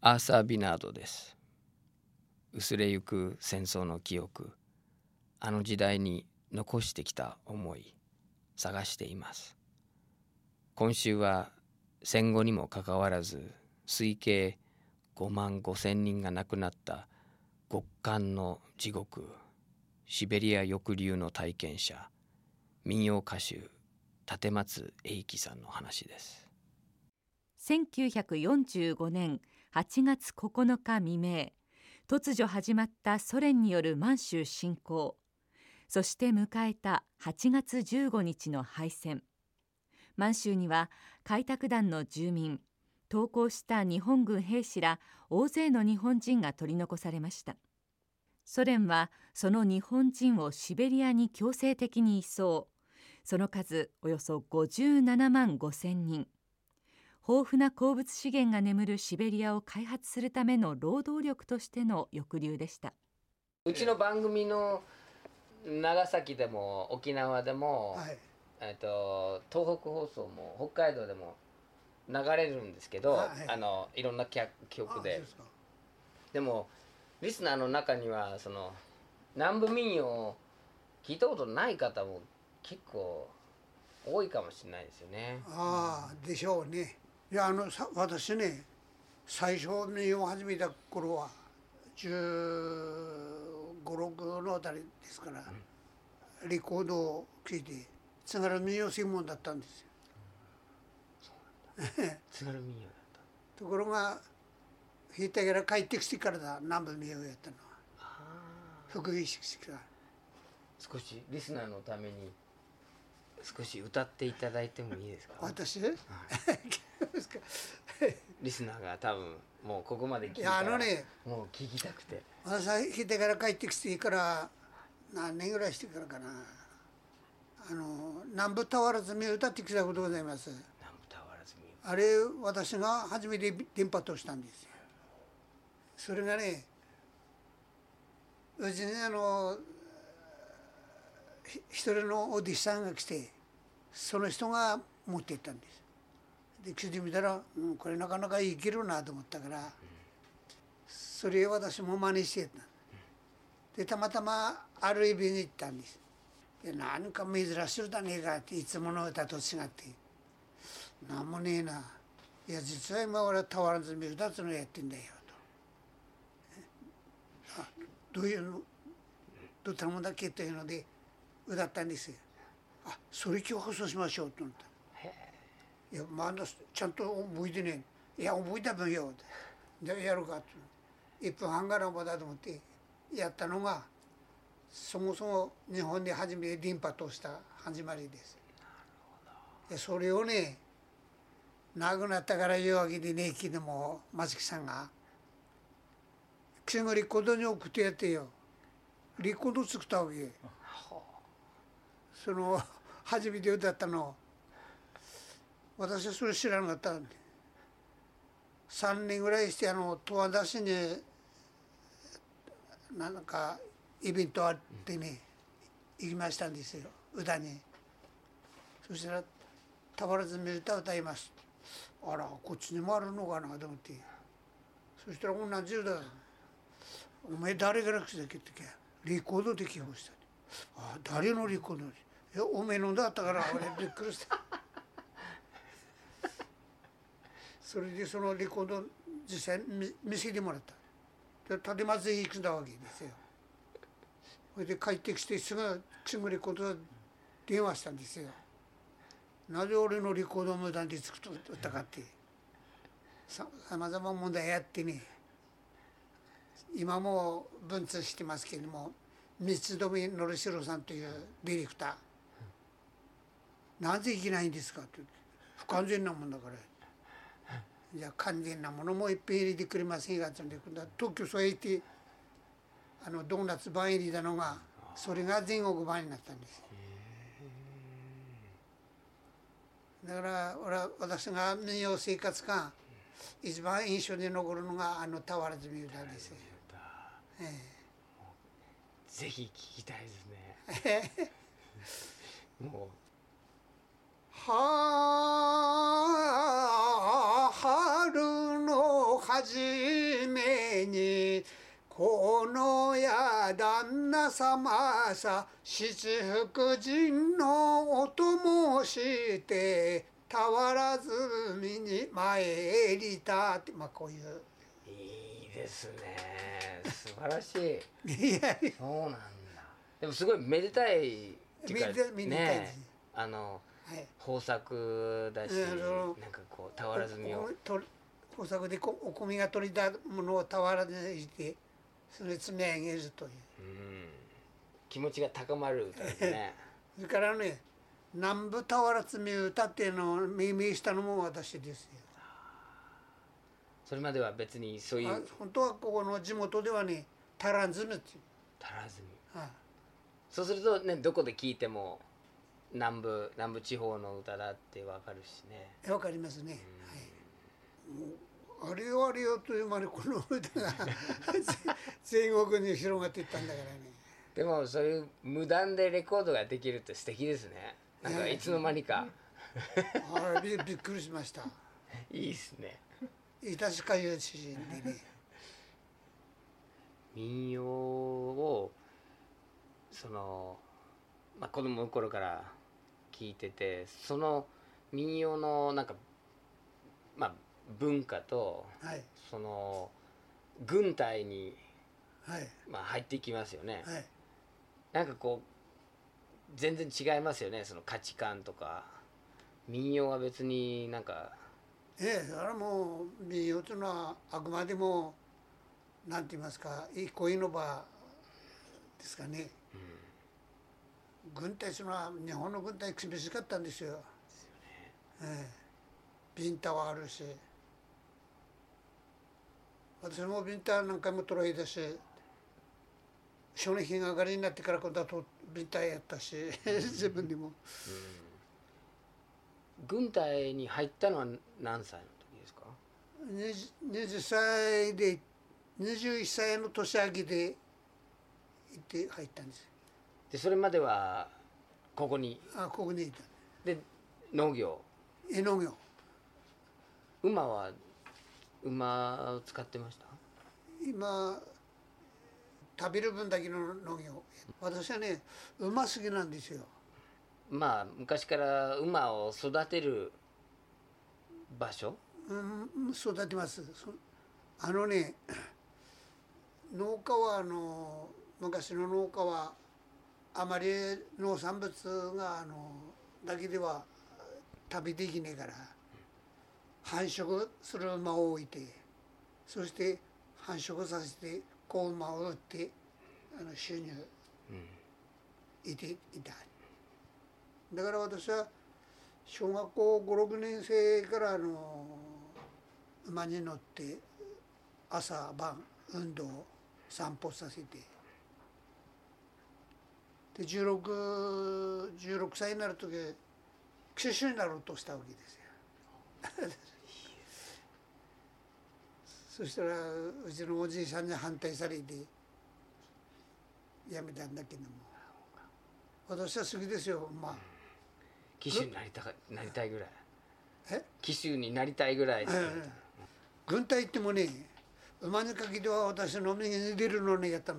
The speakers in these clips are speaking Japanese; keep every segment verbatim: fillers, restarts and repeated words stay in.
アーサー・ビナードです。薄れゆく戦争の記憶、あの時代に残してきた思い、探しています。今週は戦後にもかかわらず推計ごまんごせんにんが亡くなった極寒の地獄、シベリア抑留の体験者、民謡歌手立松英樹さんの話です。 せんきゅうひゃくよんじゅうごねんはちがつここのか未明、突如始まったソ連による満州侵攻、そして迎えたはちがつじゅうごにちの敗戦。満州には開拓団の住民、投降した日本軍兵士ら大勢の日本人が取り残されました。ソ連はその日本人をシベリアに強制的に移送。その数およそごじゅうななまんごせんにん。豊富な鉱物資源が眠るシベリアを開発するための労働力としての抑留でした。 うちの番組の長崎でも沖縄でも、はい、えっと東北放送も北海道でも流れるんですけど、はい、あのいろんな曲で。でもリスナーの中にはその南部民謡を聞いたことない方も結構多いかもしれないですよね。 ああ、でしょうね。いや、あのさ私ね、最初民謡を始めた頃はじゅうご、ろくのあたりですから、うん、レコードを聴いて津軽民謡専門だったんですよ。 うん、そうなんだ。津軽民謡だった。 ところが弾いてから帰ってきてからだ、南部民謡やったのは。福井式から。 少しリスナーのために少し歌っていただいてもいいですか？ 私、 はい、リスナーが多分もうここまで聞いたら、いや、あのね、もう聞きたくて。 私は弾いてから帰ってきてから何年ぐらいしてからかな、あの南部俵積歌ってきたことございます。 南部俵積。 あれ私が初めて電波としたんですよ。それがね、うちにあの一人のお弟子さんが来て、その人が持っていったんです。で聞いてみたら、うん、これなかなかいけるなと思ったから、うん、それを私も真似してた。でたまたまあるイベに行ったんです。で何か珍しい歌ねえかって、いつもの歌と違ってなんもねえな。いや実は今俺は俵積み歌ってのやってんだよと。あ、どういうのどういったもんだっけというので歌ったんですよ。あ、それ今日放送しましょうと思った。いや、まだちゃんと覚えてねえ。いや、覚えた分よ。じゃあやるかと。いっぷんはんからもだと思ってやったのが、そもそも日本で初めて電波とした始まりです。なるほど。でそれをね、亡くなったから言うわけでねえけども、松木さんが「くせがレコードに送ってやってよ」。レコード作ったわけ。その初めて歌ったの、私はそれ知らなかったんで、さんねんぐらいしてあの十和田市になんかイベントあってね、行きましたんですよ、歌に。そしたら「俵積み歌歌います」。あら、こっちにもあるのかなと思って、そしたら同じ歌「お前誰から来たっけ?」ってレコードで聞きました。あ、誰のレコード？いや、おめえのだったから俺びっくりした。それでそのレコード実際に見せてもらった。で立松へ行くんだわけですよ。それで帰ってきてすぐすぐレコード電話したんですよ。なぜ俺のレコードを無駄に作ったかって、さまざま問題やってね、今も文通してますけれども、三つ留のりしろさんというディレクター、なぜいけないんですかって、不完全なもんだから。じゃあ完全なものもいっぺん入れてくれませんかって言うんで、特許そうやってあのドーナツ版入りだのが、それが全国版になったんです。だから俺は私が民謡生活が一番印象に残るのがあの俵積み歌ですよ。ええ、 ぜひ聞きたいですね。もうは春の初じめにこのや旦那様さ七福神のお供して俵積みに参りたって、まあこういう。 いいですね、素晴らしい。 いやいや、 そうなんだ。でもすごいめでたいっていうかめでめでたいですね、あのはい、 豊作だし、 うんなんかこう俵積みをおと豊作でこお米が取りたものを俵にしてそれ積み上げるという。 うん気持ちが高まる歌ですね。 それからね、南部俵積み歌っていうのを命名したのも私ですよ。 それまでは別にそういうあ本当はここの地元ではね、タランズムっていう。 足らずに、 あそうするとね、どこで聞いても南部南部地方の歌だってわかるしね。 あわかりますね。はい、もうあれよあれよという間にこの歌が全国に広がっていったんだからね。 でもそういう無断でレコードができるって素敵ですね。なんかいつの間にかあれびびっくりしました。 いいですね。 いたしかゆ出身でね。 民謡をその、まあ、子供の頃から聞いてて、その民謡のなんか、まあ、文化とはいその軍隊に、 はいまあ、入っていきますよね。 はい。 なんかこう全然違いますよね、その価値観とか。民謡は別になんかええ、それはもう民謡というのはあくまでもなんて言いますか、憩いの場ですかね。軍隊というのは日本の軍隊厳しかったんですよ。ええ、ビンタはあるし、私もビンタ何回も取られたし、少年品上がりになってから今度はとビンタやったし自分にも。 軍隊に入ったのは何歳の時ですか？ にじゅはっさいでにじゅういっさいの年明けで行って入ったんです。 でそれまではここにあ、ここにいた。 で農業、 え農業。 馬は馬を使ってました？ 今食べる分だけの農業。私はね、馬好きなんですよ。 まあ昔から馬を育てる場所、 うん、育てます。そあのね、農家はあの昔の農家はあまり農産物があのだけでは食べできねえから繁殖する馬を置いて、そして繁殖させて子馬を売ってあの収入得ていた。だから私は小学校ごろくねん生からあの馬に乗って朝晩運動散歩させて、でじゅうろく、じゅうろくさいになる時騎手になろうとしたわけですよそしたらうちのおじいさんに反対されてやめたんだけども、私は好きですよ。まあ騎手になりたかなりたいぐらい。 え騎手になりたいぐらい好きだった。 軍隊行ってもね、馬にかけては私の右に出るのにやったの。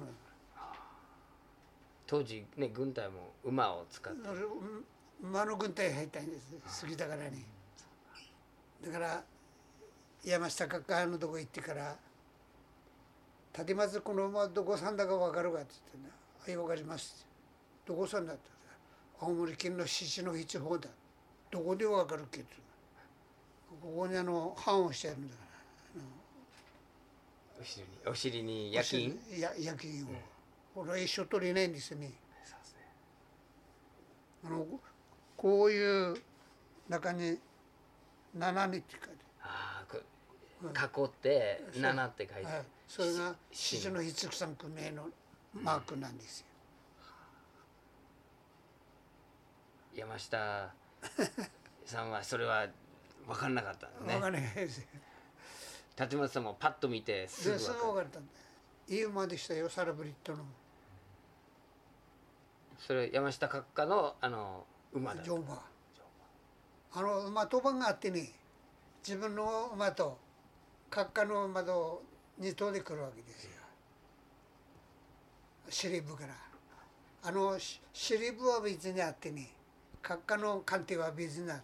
当時ね、軍隊も馬を使って馬の軍隊入ったんです。好きだからね。だから山下閣下のとこ行ってから「立松この馬どこさんだか分かるか?」って言ってね「はい分かります」どこさんだって青森県の七戸地方だ。どこで分かるっけってここにあの版をしてあるんだからお尻にお尻に夜勤や夜勤を、うん、これは一生取れないんですよね。 そうですね。 あのこういう中に七にって書いてああ、こ囲って七って書いて、 はい、それが七戸畜産組合のマークなんですよ。 山下さんはそれは分からなかったんですね。 分からないですよ。 立松さんもパッと見てすぐ分かる。 分かったんだ。いい馬でしたよ、サラブリッドの。 それ山下閣下のあの馬だ。 乗馬。あの馬当番があってね、自分の馬と閣下の窓に通で来るわけですよ。司令部から。あの司令部は別にあってね、閣下の官邸は別にあって、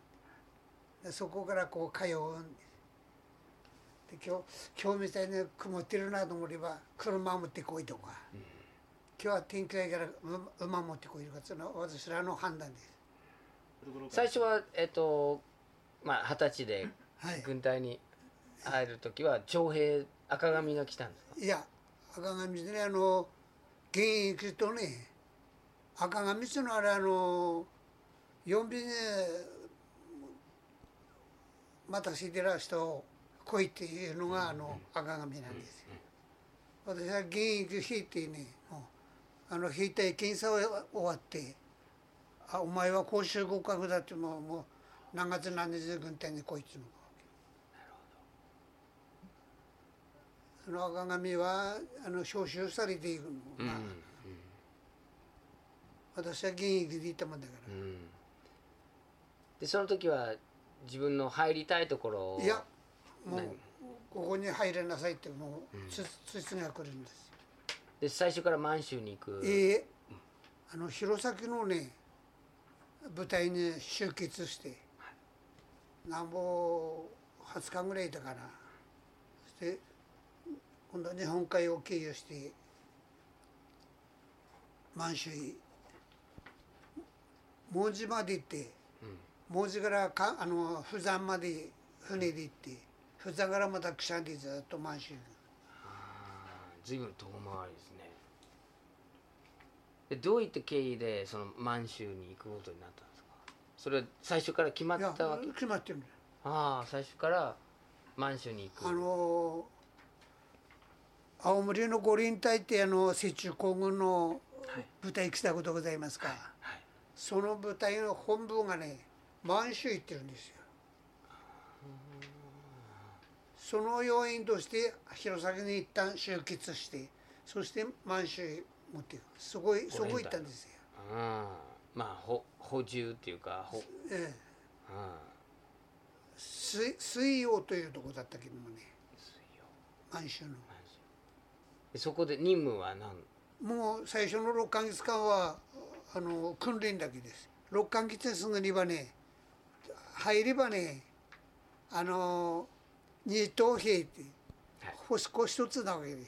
そこからこう通うんです。で今日今日みたいに曇ってるなと思えば車持ってこいとか、うん、今日は天気がいいから馬持ってこいとか、その私らの判断です。 最初はえっとまあ二十歳で軍隊に入る時は徴兵、赤紙が来たんですか？ いや、赤紙でね、あの現役とね、赤紙っていうのはあれ、あのよんびねまたしてら人を来いっていうのがあの赤紙なんですよ。私は現役引いてね、あの引いた検査が終わって、あ、お前は講習合格だってもう、もう何月何日で軍隊に来いっていうのが。その赤紙はあの召集されていくのが、うんうん、私は現役でいたもんだから、うん、 でその時は自分の入りたいところを、 いやもうここに入れなさいってもう通知が来るんですよ。 で最初から満州に行く。 ええ、あの弘前のね部隊に集結して、なんぼはつかぐらいだから、そして今度は日本海を経由して満州へ門司まで行って、うん、門司からかあの釜山まで船で行って、釜山からまた汽車でずっと満州。 随分遠回りですね。でどういった経緯でその満州に行くことになったんですか？それは最初から決まったわけ？ 決まってるんだよ。 ああ、最初から満州に行く。 あの青森の五輪隊ってあの雪中行軍の部隊来たことございますか、はいはい、その部隊の本部がね満州行ってるんですよ。その要因として弘前に一旦集結して、そして満州へ持っていく、そこへそこ行ったんですよ。 あ、まあほ補充っていうか、ほ、ええ、 あ水水陽というところだったけどもね、満州の。 そこで任務は何？ もう最初のろっかげつかんはあの訓練だけです。ろっかげつすぐにはね、入ればね、あの二等兵って、星子一つなわけですよ。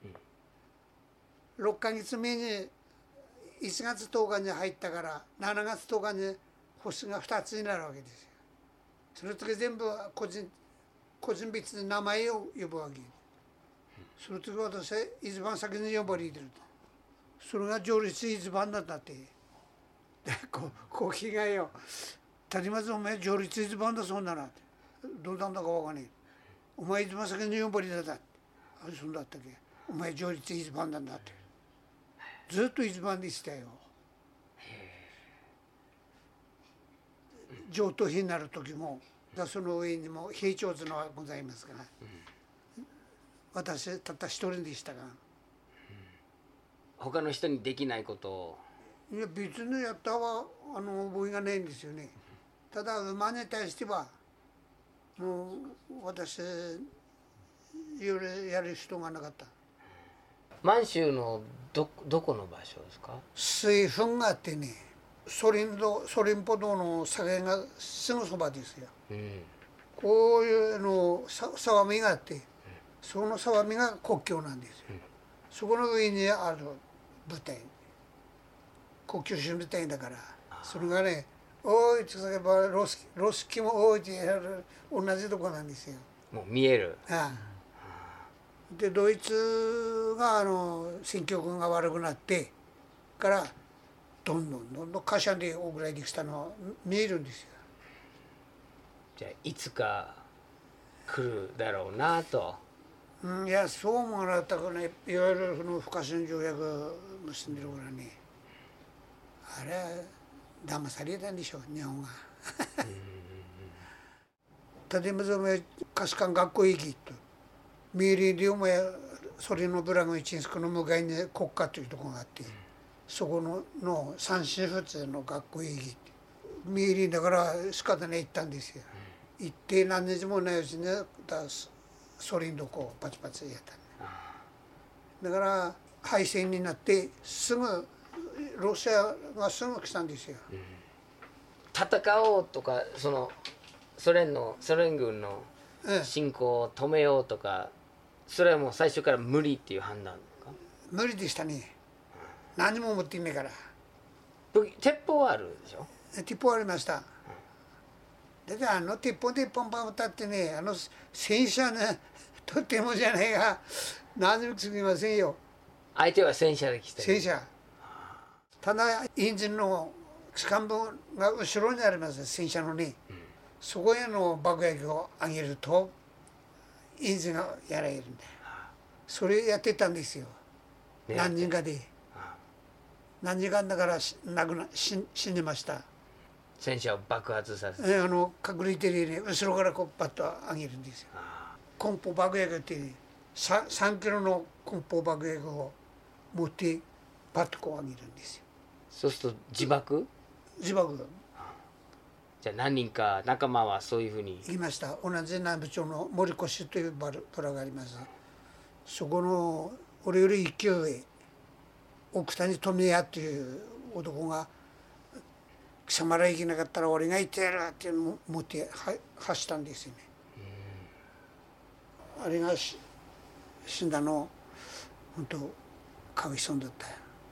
うん、ろっかげつめにいちがつとおかに入ったから、しちがつとおかに星がふたつになるわけですよ。その時全部個人個人別に名前を呼ぶわけ。その時私は一番先に呼ばれてると。それが上律一番だったって。で、こう被害よ。谷松お前上律一番だそうなら。どうなんだかわかんない。お前一番先に呼ばれてたって。あれそんだったっけ。お前上律一番なんだって。ずっと一番でしたよ。上等兵になる時も、その上にも兵長図のがございますから。私たった一人でしたが、うん、 他の人にできないことを、 いや別にやったはあの覚えがないんですよね。ただ馬に対してはもう私よりやる人がなかった。 満州のどどこの場所ですか？ 水墳があってね、ソリンドソリンポ道の酒がすぐそばですよ、うん、こういうの沢見があって、その沢見が国境なんですよ、うん、そこの上にある部隊、国境主部隊だから、それがね、おいって叫ばロスロスキもおいってやる同じとこなんですよ。 もう見える。 ああでドイツがあの戦況が悪くなってからどんどんどんどん貨車で送られてきたの見えるんですよ。 じゃあいつか来るだろうなと。 うん、いやそうもなったくね、いわゆるその不可侵条約結んでるからね、あれは騙されたんでしょう日本が。例えばお前菓子館学校行きと命令でお前それのブラグイチンスクの向かいに国家というところがあって、そこのの三振普通の学校へ行きって命令だから仕方ない行ったんですよ。行って何日もないうちにだソ連とこうパチパチやっただから敗戦になってすぐロシアがすぐ来たんですよ、うん、 戦おうとかそのソ連のソ連軍の侵攻を止めようとか、それはもう最初から無理っていう判断か。 無理でしたね、うん、何も持っていないから。 鉄砲はあるでしょ。 鉄砲ありました、うん、だってあの鉄砲でポンポン歌ってね、あの戦車ねとってもじゃないが何もすみませんよ。 相手は戦車で来てる。 戦車。ただエンジンの機関部が後ろにあります、戦車のね、うん、そこへの爆撃を上げるとエンジンがやられるんだよ。それやってたんですよ、ね、何人かで。何時間だから亡くな死死んでました。 戦車を爆発させて、 えあの隠れてるね、後ろからこうパッと上げるんですよ。梱包爆撃って、ね、さんキロの梱包爆撃を持ってパッとこう上げるんですよ。 そうすると自爆自爆。 じゃあ何人か仲間はそういうふうに行きました。同じ南部町の森越というバル虎があります。そこの俺より一級上奥谷富也っていう男が貴様ら行けなかったら俺が行ってやるって持って走ったんですよね。あれが死んだの本当かわいそうだったよ。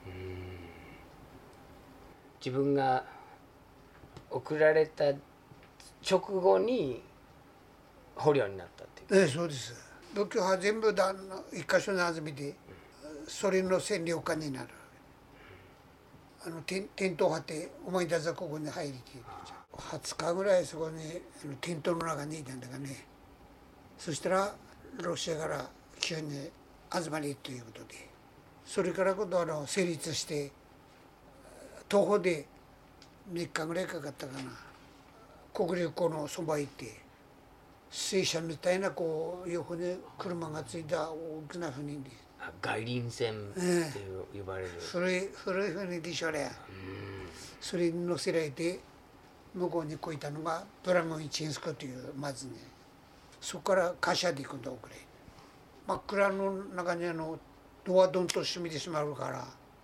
自分が送られた直後に捕虜になったっていう。 ええ、そうです。仏教は全部だ一箇所に集めてソ連の占領下になる。あのテントを張って思い出すここに入りてはつかぐらいそこにテントの中にいたんだがね。そしたらロシアから急に集まりということで、それから今度あの成立して徒歩でみっかぐらいかかったかな。国立港のそば行って水車みたいなこう横に車がついた大きな船で、 外輪船って呼ばれる、 ええ、古い古い船でしょあれ。それに乗せられて向こうに越えたのがドラゴンチンスクというまずね、そこから貨車で行くんだ遅れ。真っ暗の中にあのドアドンと閉めてしまうから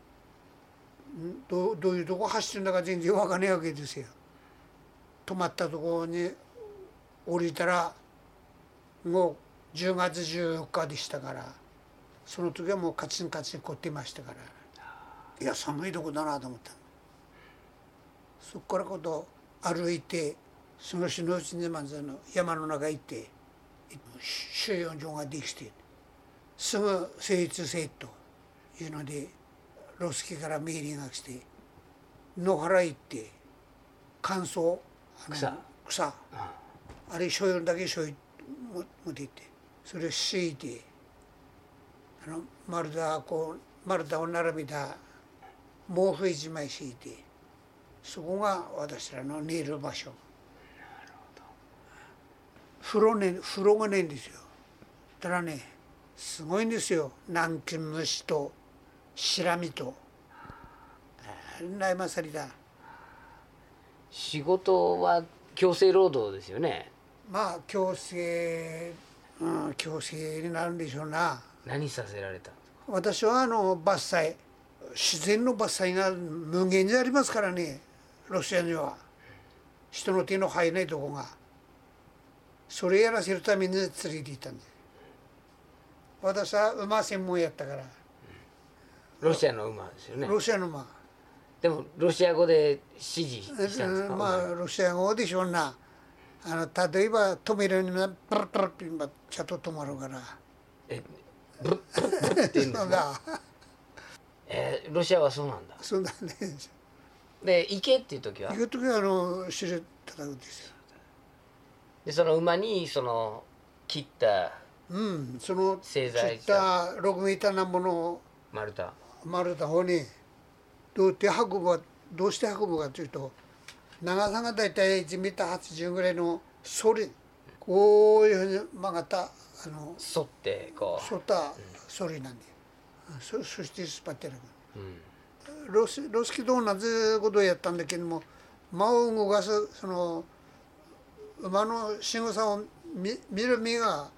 ど う, どういうとこ走ってるんだか全然分かんないわけですよ。止まったところに降りたらもうじゅうがつじゅうよっかでしたから、その時はもうカチンカチン凝ってましたから、いや寒いとこだなと思った。そこから今度歩いてその日のうちにまずあの山の中行って収容所ができてすぐ成立せえというのでロスキから命令が来て野原行って乾燥草草あれしょいだけしょい持って行ってそれを敷いてあの丸太こう丸太を並べた毛布一枚敷いてそこが私らの寝る場所。なるほど。風呂ね風呂がねえんですよ。ただねすごいんですよ。南京虫とシラミと悩まされた。 仕事は強制労働ですよね。 まあ強制、うん、強制になるんでしょうな。 何させられたんですか。 私はあの伐採自然の伐採が無限にありますからね。ロシアには人の手の入らないとこがそれやらせるために連れて行ったんです。私は馬専門やったから。 ロシアの馬ですよね。 ロシアの馬。 でもロシア語で指示したんですか。 まあロシア語でしょうな。あの例えば止めるにもプルプルって今ちゃんと止まるから。 え、ブルブルブルって言うんですか。えー、ロシアはそうなんだ。 そうだね。 で行けっていう時は。 行く時はあの尻叩くんですよ。 でその馬にその切った。 うん、その切ったろくメーターなものを丸太丸太方にどうやって運ぶかどうして運ぶかというと長さがだいたいいちメーターはちじゅうぐらいの反りこういうふうに曲がったあの反ってこう反った反りなんで、うん、そ, そして引っ張ってる、 うん、 ロスロスキと同じことをやったんだけども馬を動かすその馬の仕草を 見, 見る目が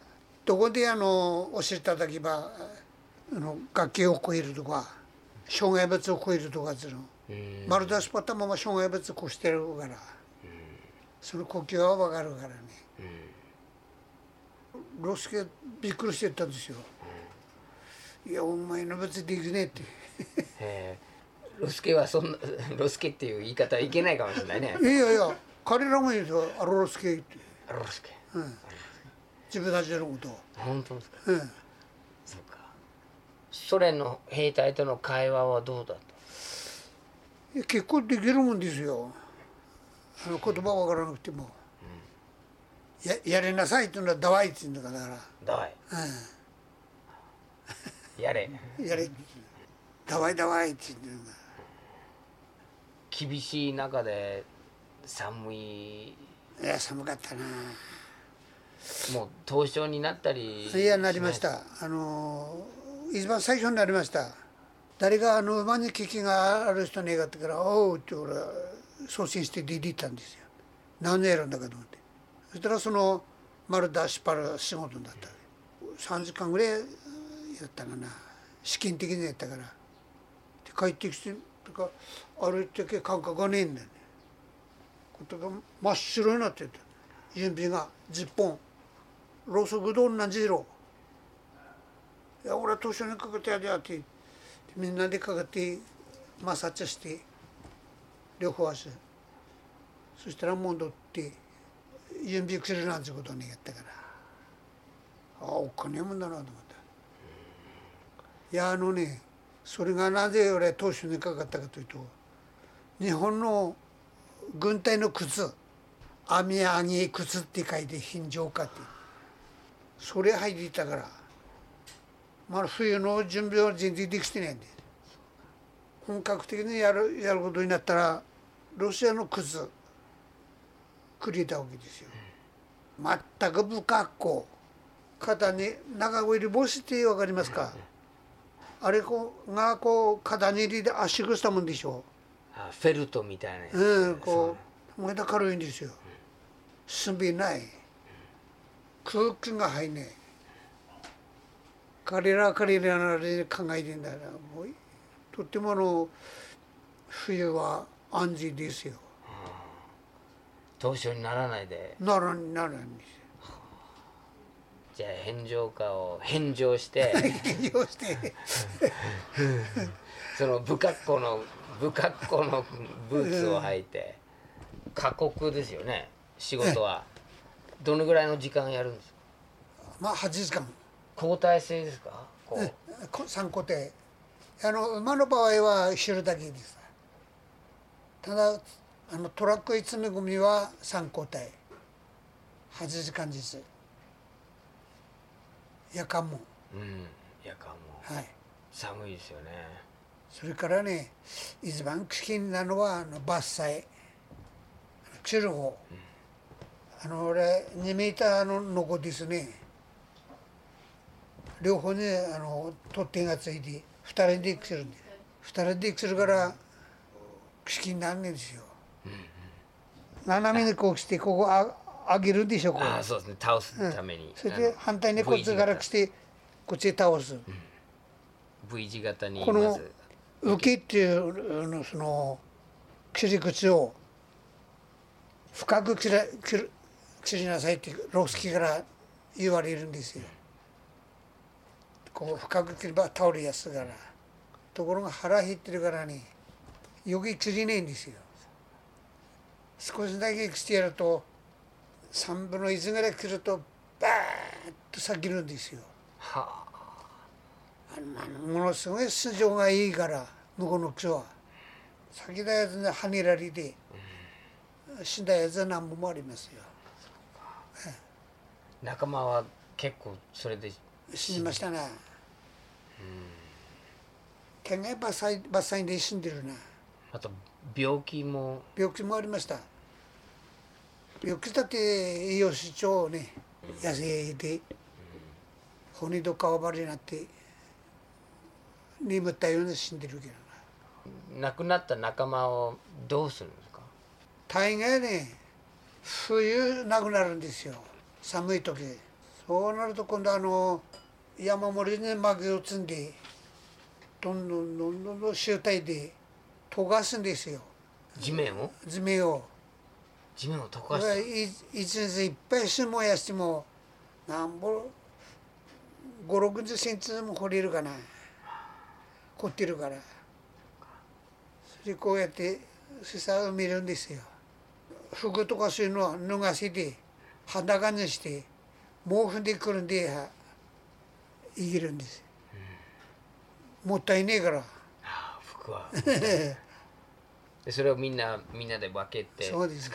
どこであの教えただけばあの崖を越えるとか障害物を越えるとかっていうの、マルダスパタマも障害物越してるから、その呼吸は分かるからね。ロスケびっくりしてたんですよ。いやお前の別にできねえって。 へーロスケはそんなロスケっていう言い方はいけないかもしれないね。 いやいや彼らも言うんですよ、アロロスケって。 ロスケ、 うん、自分たちのことを。 本当ですか。 うん、 そうか。ソ連の兵隊との会話はどうだった？ いや結構できるもんですよ。あの言葉わからなくても、うん、や, やれなさいっていうのはダワイって言うんだから。 ダワイ、うん、やれやれダワイダワイって言うんだ。 厳しい中で寒い。 いや寒かったな。 もう凍傷になったり。 いやなりました。あの一番最初になりました。誰があの馬に危機がある人ねえかってから「おう」って俺は送信して出て行ったんですよ。何年やるんだかと思って。そしたらその丸出しっぱら仕事だった。さんじかんぐらいやったかな、試験的にやったから。で帰ってきてとか歩いてけ感覚がねえんだよね。ことが真っ白になってた。準備がじゅっぽんろうそくと同じ色。いや俺は年にかけてやでやってみんなでかけて摩擦して両方足そしたら戻って準備するなんてことにやったから、ああお金もんだなと思った。いやあのねそれがなぜ俺当初にかかったかというと、日本の軍隊の靴網上げ靴って書いて貧状化ってそれ入っていたから、まあ冬の準備は全然できてないんで、本格的にやるやることになったらロシアの靴くれたわけですよ。全く不格好、肩に長襟帽子って分かりますか？あれこうがこう肩に入れて圧縮したもんでしょう。あフェルトみたいなやつ。 うんこうまだ軽いんですよ。すびない、空気が入んない。彼らは彼らなりに考えてんだから、もうとってもの冬は安全ですよ。 凍傷にならないで。 ならんならんですよ。 じゃあ返上化を返上して返上してその不格好の不格好のブーツを履いて、過酷ですよね仕事は。どのぐらいの時間やるんですか？ まあはちじかん。 交代制ですか？こうさん交代。あの馬の場合は知るだけです。ただあのトラック積み込みはさん交代はちじかんずつ。夜間も、 うん、夜間も、はい、寒いですよね。 それからね一番危険なのはあの伐採切る方、うん、あの俺にメーターのノコですね、両方にあの取っ手がついてふたりで切るんです。ふたりで切るから危険なんですよ、うんうん、斜めにこうしてここあ上げるでしょ。こうあそうですね、倒すために、うん、 それで反対にこっちから来てこっちへ倒す、うん、 V 字型にこの受けっていうのその切り口を深く切ら切る切りなさいってロースキーから言われるんですよ。こう深く切れば倒れやすいから。ところが腹減ってるからね余計切れないんですよ。少しだけしてやるとさんぶんのいちぐらい切るとバーッと裂けるんですよ。はあ、あのものすごい素性がいいから向こうの口は裂けたやつに跳ねられて、うん、死んだやつは何本もありますよ。 仲間は結構それで死にましたな。県外伐採伐採で死んでるな。 あと病気も病気もありました。病気だって栄養失調ね、野生で骨と皮張りになって眠ったように死んでるけどな。亡くなった仲間をどうするんですか？大概ね冬亡くなるんですよ。寒い時そうなると今度あの山盛りに薪を積んでどんどんどんどんどん集体で溶かすんですよ。 地面を地面を。 地面を溶だからかしてい一日いっぱい火燃やしてもなんぼごろくじゅっセンチでも掘れるかな。掘ってるから。それこうやって草を見るんですよ。服とかそういうのは脱がせて裸にして毛布でくるんで生きるんです、うん、もったいねえから。 ああ服はでそれをみんなみんなで分けて使うんだ。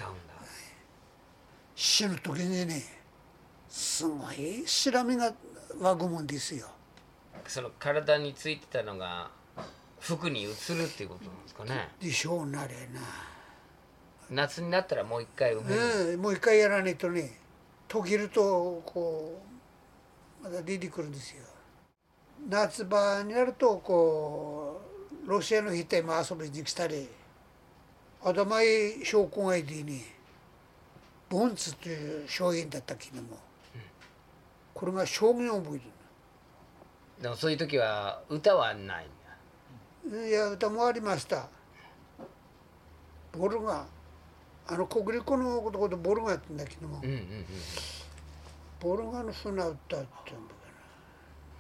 死ぬ時にねすごい白身が湧くもんですよ。 その体についてたのが服に移るっていうことなんですかね。 でしょうなれな。 夏になったらもう一回埋める、 うん、もう一回やらないとね溶けるとこうまた出てくるんですよ。夏場になるとこうロシアの兵隊も遊びに来たり頭へ将校がいてねボンツという将軍だったけども、うん、これが将軍を覚えてる。 でもそういう時は歌はないんだ。いや歌もありました。ボルがあの国立のことことボルガやってんだけども、うんうんうん、ボルガの船歌って言うんだから。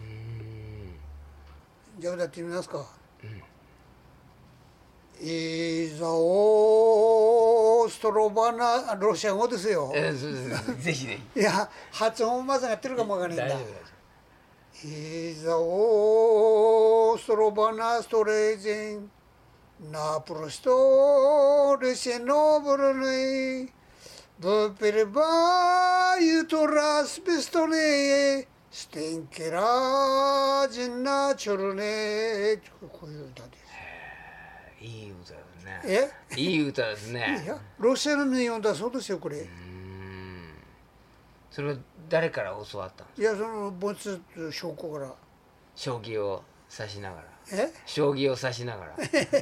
うんじゃあ歌ってみますか。うん、イザオーストロバナロシア語ですよ。 えー、ぜひぜひ。 いや発音まさがやってるかもわからないんだ。イザオーストロバナストレーゼンなプロストレセノブルネブペレバユトラスピストネステンケラジンナチョルネこういう歌です。 いい歌ですね。え？いい歌ですね。 いやロシアの日本だそうですよこれ。うんそれは誰から教わったんですか？ いやそのボツ将校から。 将棋を指しながら。 え将棋を指しながら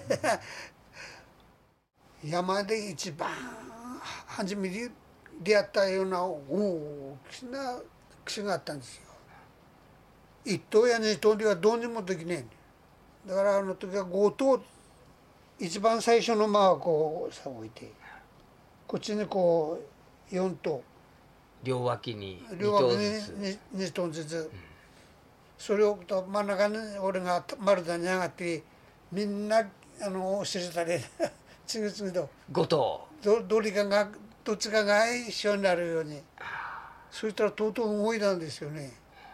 山で一番初めに出会ったような大きな櫛があったんですよ。一頭や二頭ではどうにもできねえ。だからあの時は五頭一番最初の馬はこうさ置いてこっちにこう四頭両脇に二頭ずつ二頭ずつ、うんそれを真ん中に俺が丸太に上がってみんなあの知れたり次々とご頭ど, どれかがどっちかが一緒になるようにそしたらとうとう動いたんですよね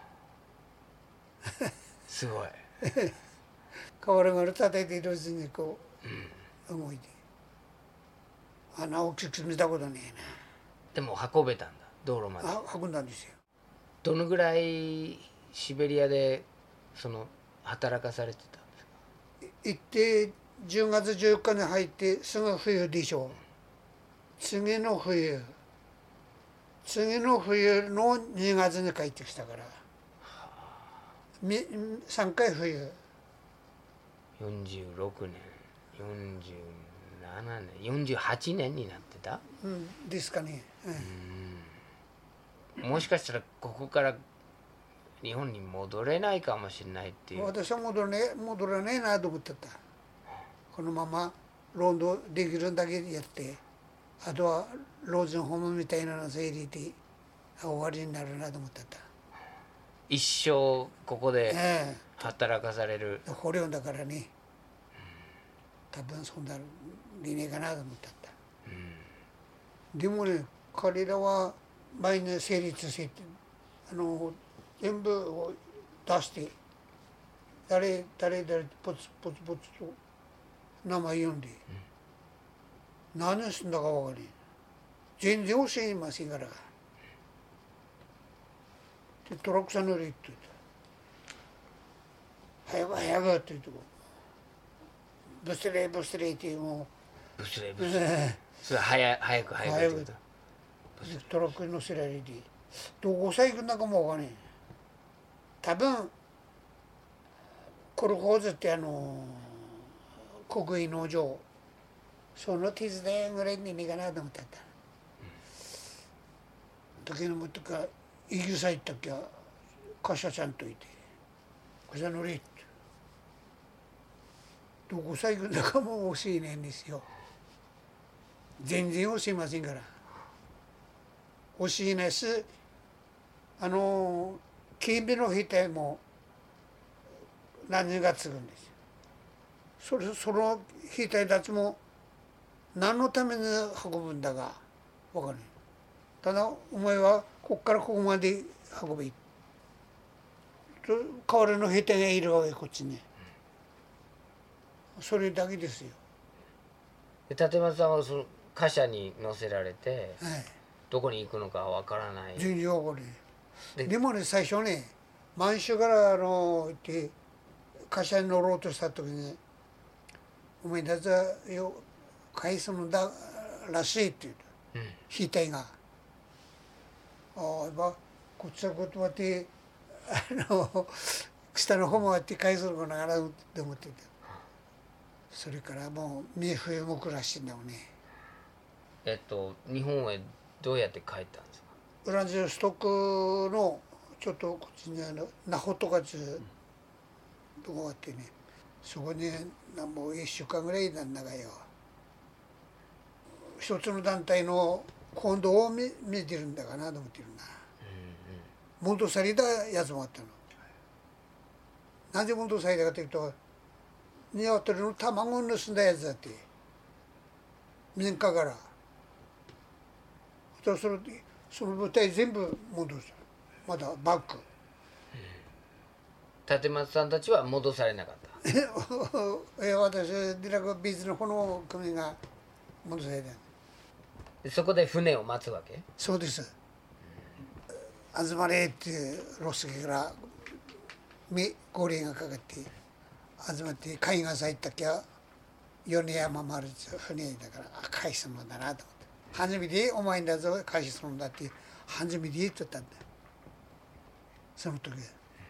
すごい瓦が叩いているうちにこう、うん、動いてあんな大きく見たことねえな。 でも運べたんだ道路まで。 あ運んだんですよ。 どのぐらいシベリアでその働かされてたんですか？ 行ってじゅうがつじゅうよっかに入ってすぐ冬でしょ。次の冬次の冬のにがつに帰ってきたから、はあ、さんかい冬よんじゅうろくねんよんじゅうななねんよんじゅうはちねんになってた、 うん、ですかね、 うん、もしかしたらここから日本に戻れないかもしれないっていう。 私は戻れねえ戻れねえなと思ってた。このまま労働できるんだけやってあとは老人ホームみたいなの整理で終わりになるなと思ってた。 一生ここで働かされる、 ええ、捕虜だからね、うん、多分そんなりねえかなと思ってた、うん、でもね彼らは前に成立してあの全部を出して誰誰誰ポツポツポツと名前読んで、うん、何をするんだか分かり全然教えませんから。でトラックさん乗りって言った早く早くって言うとブスレーブスレーってもうブスレーブスレーそれ早早く早くって言ったトラックに乗せられてどこさ行くんだかも分かんない。多分コルホーズってあの国営農場その手伝いぐらいにねえかなと思ったんだ、うん、時のもとかイギリス行ったっけ貨車ちゃんといてこちら乗れってどこさ行くんだかも教えないんですよ。全然教えませんから教えないしあの警備の兵隊も何人が継ぐんですよ。それその兵隊たちも何のために運ぶんだか分からない。ただお前はここからここまで運べと代わりの兵隊がいるわけこっちに。それだけですよ。 で立松さんはその貨車に乗せられて、 はい、 どこに行くのかわからない。 全然分からない。 ででもね最初ね満州からあの行って貨車に乗ろうとした時に「お前だぜよ返すのだらしい」って言うと、うん、兵隊が「ああ今こっちのことまってあの下の方もあって返すのかな」って思ってた。それからもう身冬も暮らしてんだもんね。 えっと日本へどうやって帰ったんですか？ ウラジオストクのちょっとこっちにあのナホとかちゅうとこがあってね、そこにもういっしゅうかんぐらいなんだがよ一つの団体の本堂を 見, 見てるんだかなと思ってるな、うんうん、戻されたやつもあったの。なぜ戻されたかというと鶏の卵を盗んだやつだって民家からそれその舞台全部戻すまだバック。 立松さんたちは戻されなかった。 え私ディラクビーズのこの組が戻された。 そこで船を待つわけ？ そうです。集まれってロスケから号令がかかって集まって海岸さ行ったっけは米山丸船だから返すのだなと思って。初めてお前だぞ返すのだって初めて言っとったんだその時。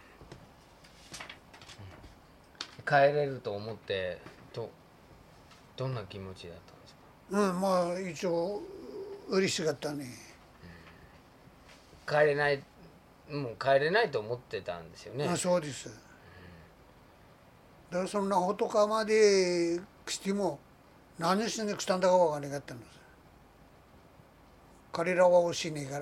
帰れると思ってどどんな気持ちだったんですか？ うんまあ一応嬉しかったね。 帰れないもう帰れないと思ってたんですよね。 あそうです。だからそんなほとかまで来ても何しに来たんだか分からなかったんです。彼らは教えねえから。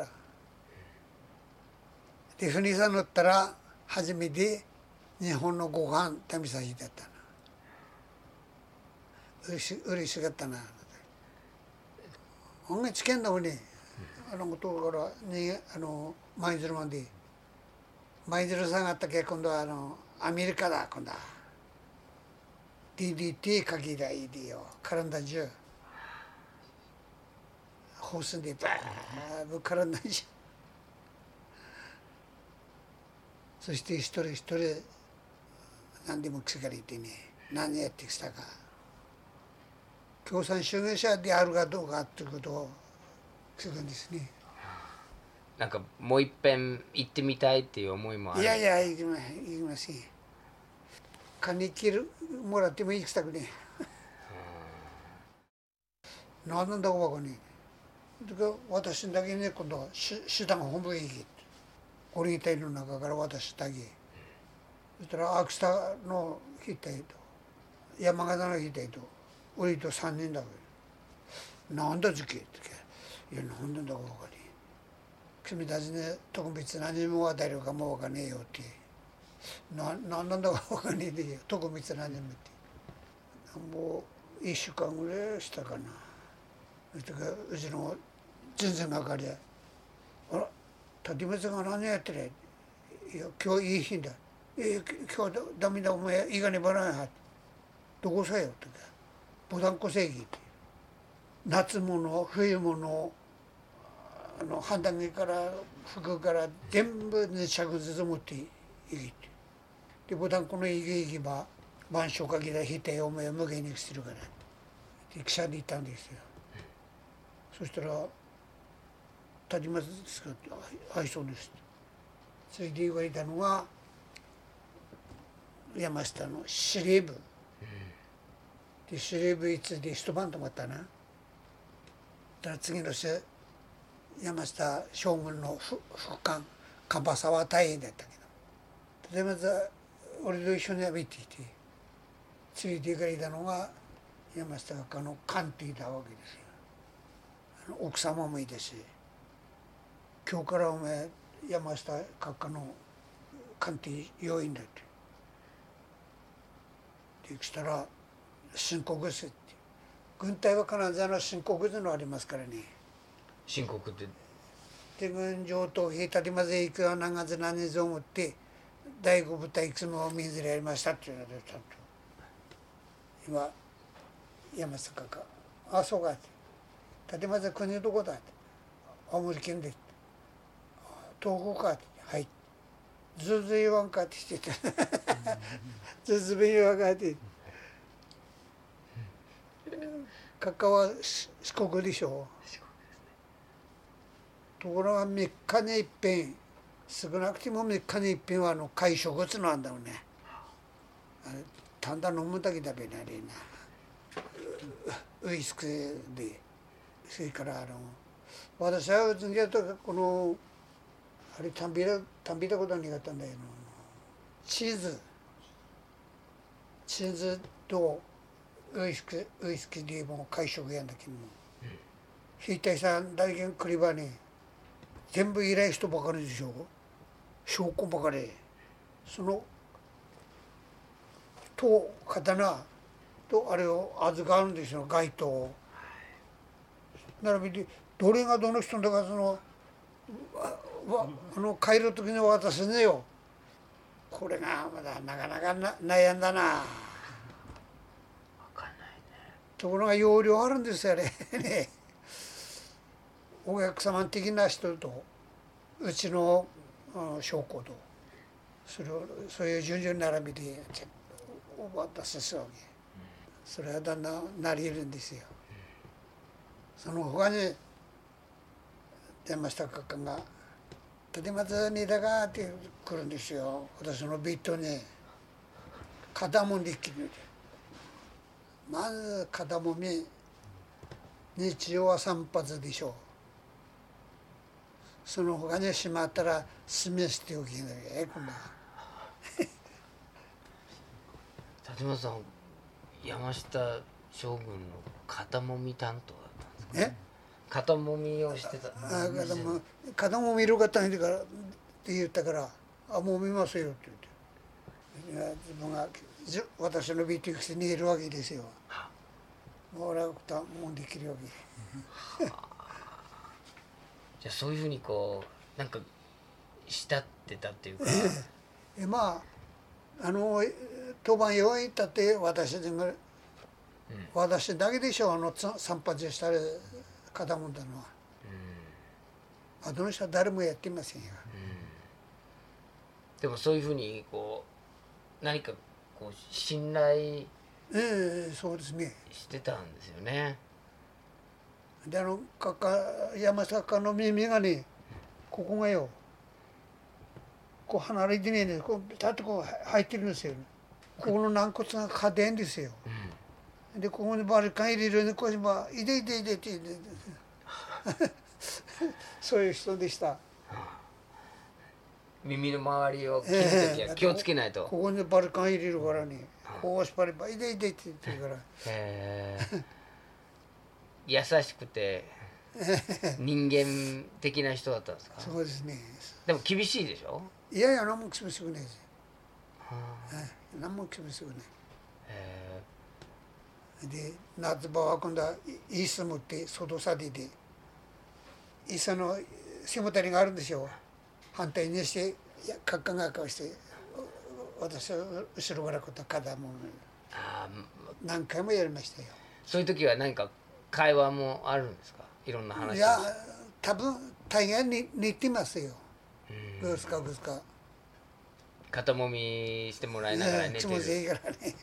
で船さん乗ったら初めて日本のご飯食べさせてだったな。うれし嬉しかったな。案外危険だもんね。あのことからにあの舞鶴まで舞鶴さんがあったけ今度はあのアメリカだ今度は ディーディーティー かけりゃいいでよ体中放水でバーッ体中そして一人一人何でも聞かれてね何やってきたか共産主義者であるかどうかっていうことを聞くんですね。 なんかもう一遍行ってみたいっていう思いもある。 いやいや行きま行きません。金切るもらっても行きたくねえ。何なんだか分かんねえ。だから私だけね今度は手段本部へ行けってオリン隊の中から私だけ。そしたら秋田の兵隊と山形の兵隊と俺とさんにんだけどなんだ時期っていや何なんだか分かんねえ。君たちに特別何も与えるかも分かんねえよってな何なんだか分かんねえでよ特別何もってもういっしゅうかんぐらいしたかな。そしてうちの全然係で「あら立松が何やってる?」いや今日いい日だ。え今日ダメだお前いいがねばらないはどこさよってボタンコ正義って夏物冬物あの判断着から服から全部に着ずつ持っていけってでボタンコのいけいけば晩鐘かけた引いてお前は無限にしてるからで記者で行ったんですよ。そしたら「立松ですか?」って「はいそうです」それで言われたのが山下の司令部、うん、で司令部いつで一晩泊まったな。だから次の日山下将軍の副官カバサは大変だったけど、でまず俺と一緒に歩いていて、ついてからいたのが山下閣下の官っていたわけですよ。あの奥様もいたし、今日からお前山下閣下の官邸要員だって。でしたら申告せって、軍隊は必ずあの申告というのありますからね。 申告ってで軍上等兵立てまず行くは何月何日をもって第五部隊いくつも水でやりましたっていうのでちゃんと今山下閣下「あそうか」って「立てまず国のどこだ」って「青森県で」東北かって「はい」ずうずい言わんかってしてたずうずべ言わんかって閣下は四国でしょう。ところがみっかにいっぺん、少なくてもみっかにいっぺんはあの会食つのあんだろうね。あれたんだ飲むだけだべなあれなウイスキーで、それからあの私は次はとこのあれたんびらたんびたことになったんだけど、チーズチーズとウイスキーウイスキーでも会食やんだけども、兵隊さん大変クリバーに全部偉い人ばかりでしょ、証拠ばかり。そのと刀とあれを預かるんですよ、街灯を。並びでどれがどの人だかそのわあの帰る時に渡すねよ。これがまだなかなかな悩んだな。ところが容量あるんですよあれね。お客様的な人とうちの証拠とそれをそういう順々並びでお渡しするわけ。それはだんだんなり得るんですよ。その他に山下閣下が「立松にだか」って来るんですよ。私のビットに肩もんできる。まず肩もみ日曜は散髪でしょう。その他にしまったら示しておきなきゃえこんな。 立松さん、山下将軍の肩もみ担当だったんですかね。肩もみをしてた。 あ肩も肩もみる方にからって言ったから「あもう見ますよ」って言って自分が私のビーティクスにいるわけですよ。もう俺はもうできるわけ。 じゃあそういうふうにこうなんか慕ってたっていうか。 えまああの当番用意ったって私でも、うん、私だけでしょあの散髪したり肩もんだのは。うん、あどの人は誰もやっていませんよ。 うん、でもそういうふうにこう何かこう信頼ええそうですねしてたんですよね。 であのかか山坂の耳がねここがよこう離れてねえねこうだってこう入ってるんですよ。ここの軟骨が家電ですよ。うん、でここにバルカン入れるんでこうばいでいでいでってそういう人でした。 耳の周りを切るときは気をつけないと。えー、 ここにバルカン入れるからねこうしぱればいでいでって言ってるから。 へー優しくて人間的な人だったんですか。 そうですね。 でも厳しいでしょ。 いやいや何も厳しくないです。はあ、何も厳しくない。へで夏場は今度は椅子持って外さでで椅子の背もたれがあるんですよ。反対にしてカッカがかして私は後ろからこた肩も何回もやりましたよ。 そういう時は何か会話もあるんですか。いろんな話。 いや多分大概に似てますよ。どうですかどうですか。 肩もみしてもらいながら寝てる。気持ちいいからね。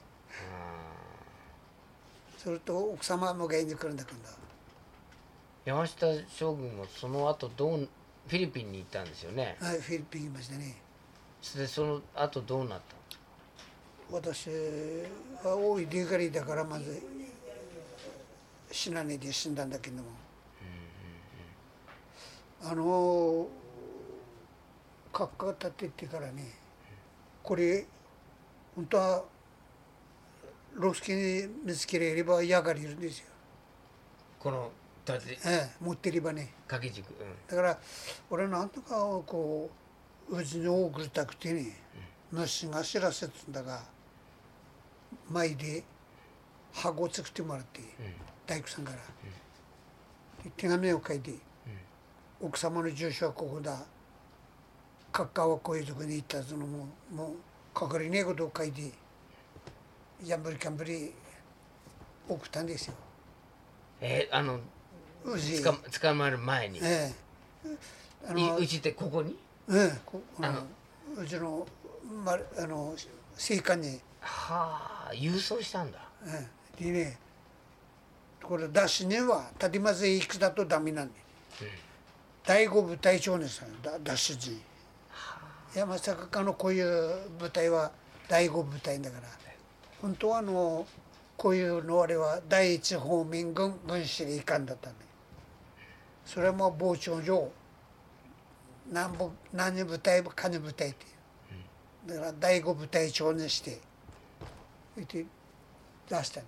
それと奥様も迎えに来るんだけど。 山下将軍はその後どうフィリピンに行ったんですよね。 はいフィリピン行きましたね。 でその後どうなったんですか。 私は大い出がりだからまず死なねえで死んだんだけども、うんうんうん、あの閣下立ててからね、これ本当はロスケに見つければ嫌がりいるんですよ。 この立てええ、持ってればね。 掛け軸、うん、 だから俺なんとかこううちに送りたくてね、主が知らせつんだが前で箱を作ってもらって、うん、大工さんから、うん、手紙を書いて、うん、奥様の住所はここだ、閣下はこういうとこに行ったそのもうもうかかりねえことを書いてやんぶりかんぶり送ったんですよ。 えー、あのつか捕まる前に、ええ、あのうちってここに、 ええ、こあのうちの、ま、あの政官にはあ郵送したんだ、 ええ、でねこれ出しねは立松へ行くだとダメなんで、うん、第五部隊長ですよ出し陣、はあ、山坂のこういう部隊は第五部隊だから本当はあのこういうのあれは第一方面軍軍司令官だったんで、それも傍聴上何部何部隊も金部隊っていう、だから第五部隊長にして出したん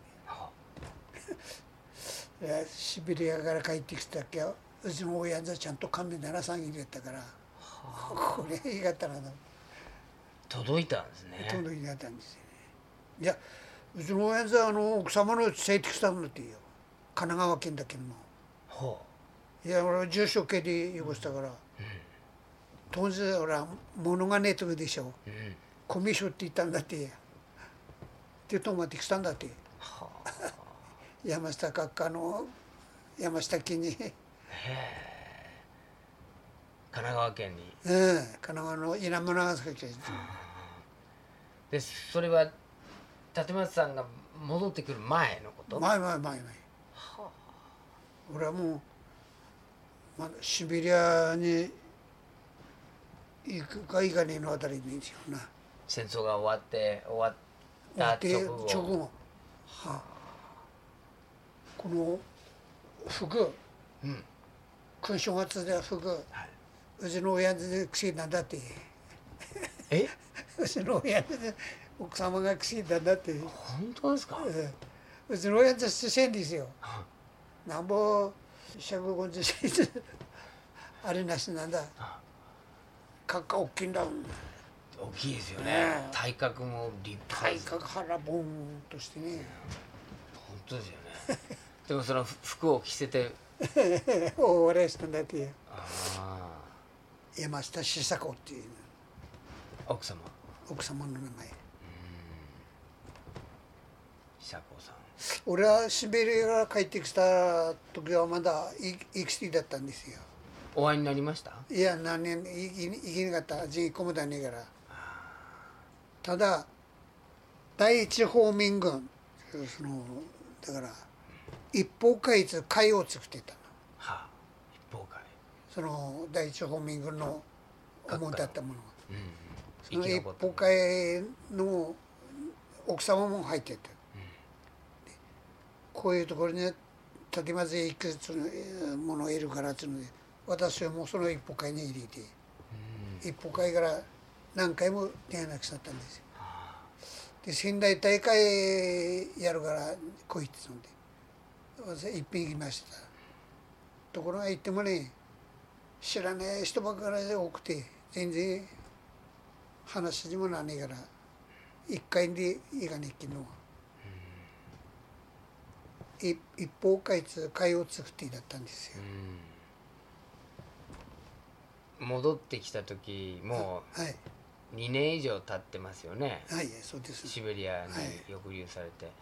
でシベリアから帰ってきた時はうちの親父はちゃんと紙ななさん入れたから、はあ、これいいかったなと届いたんですね。 届いたんですよね。いやうちの親父はあの奥様の連れてきたんだっていいよ、神奈川県だけども、はあ、いや俺は住所系でよこしたから、うん、当時俺は物がねえとこでしょ、うん、コミュ障って言ったんだってで泊まってきたんだって、はあ、山下閣下の山下家にへえ神奈川県に、 ええ、神奈川の稲村ヶ崎です、はあ、 でそれは立松さんが戻ってくる前のこと？ 前前前前、はあ、俺はもう、まあ、シベリアに行くか行かねえのあたりにですよな。 戦争が終わって終わった直後、直後、はあ、 この服、うん、勲章がついた服、はい、うちの親父で癖なんだってえうちの親父で奥様が薬だんだって。 本当ですか？ うちの親父はしてんですよ。なんぼひゃくごじゅっセンチあれなしなんだ。閣下大きいんだ。 大きいですよね。体格も立派です。 体格腹ボンとしてね。 本当ですよね。でもその服を着せて大笑いしたんだって。ああ。山下志佐子っていう奥様。 奥様の名前。 久子さん。 俺はシベリアから帰ってきた時はまだ生きてだったんですよ。 お会いになりました？ いや何年生きなかった。人込むだねえから。ただ第一方面軍そのだから一方会津会を作ってたの。はあ、一方会。その第一方面軍の主だったものが。うんうん、その一方会の奥様も入ってた。こういうところに立松へ行くものを得るからっていうので私はもうその一歩会に入れて、うん、一歩会から何回も手がなくなったんですよ。で仙台大会やるから来いって言うんで私いっぺん行きました。ところが行ってもね知らない人ばっかりで多くて全然話にもなんねえから一回で行かねえけど一方会津会を作ってだったんですよ。 戻ってきた時もうにねん以上経ってますよね。 はい、そうです。 シベリアに抑留されて、はい、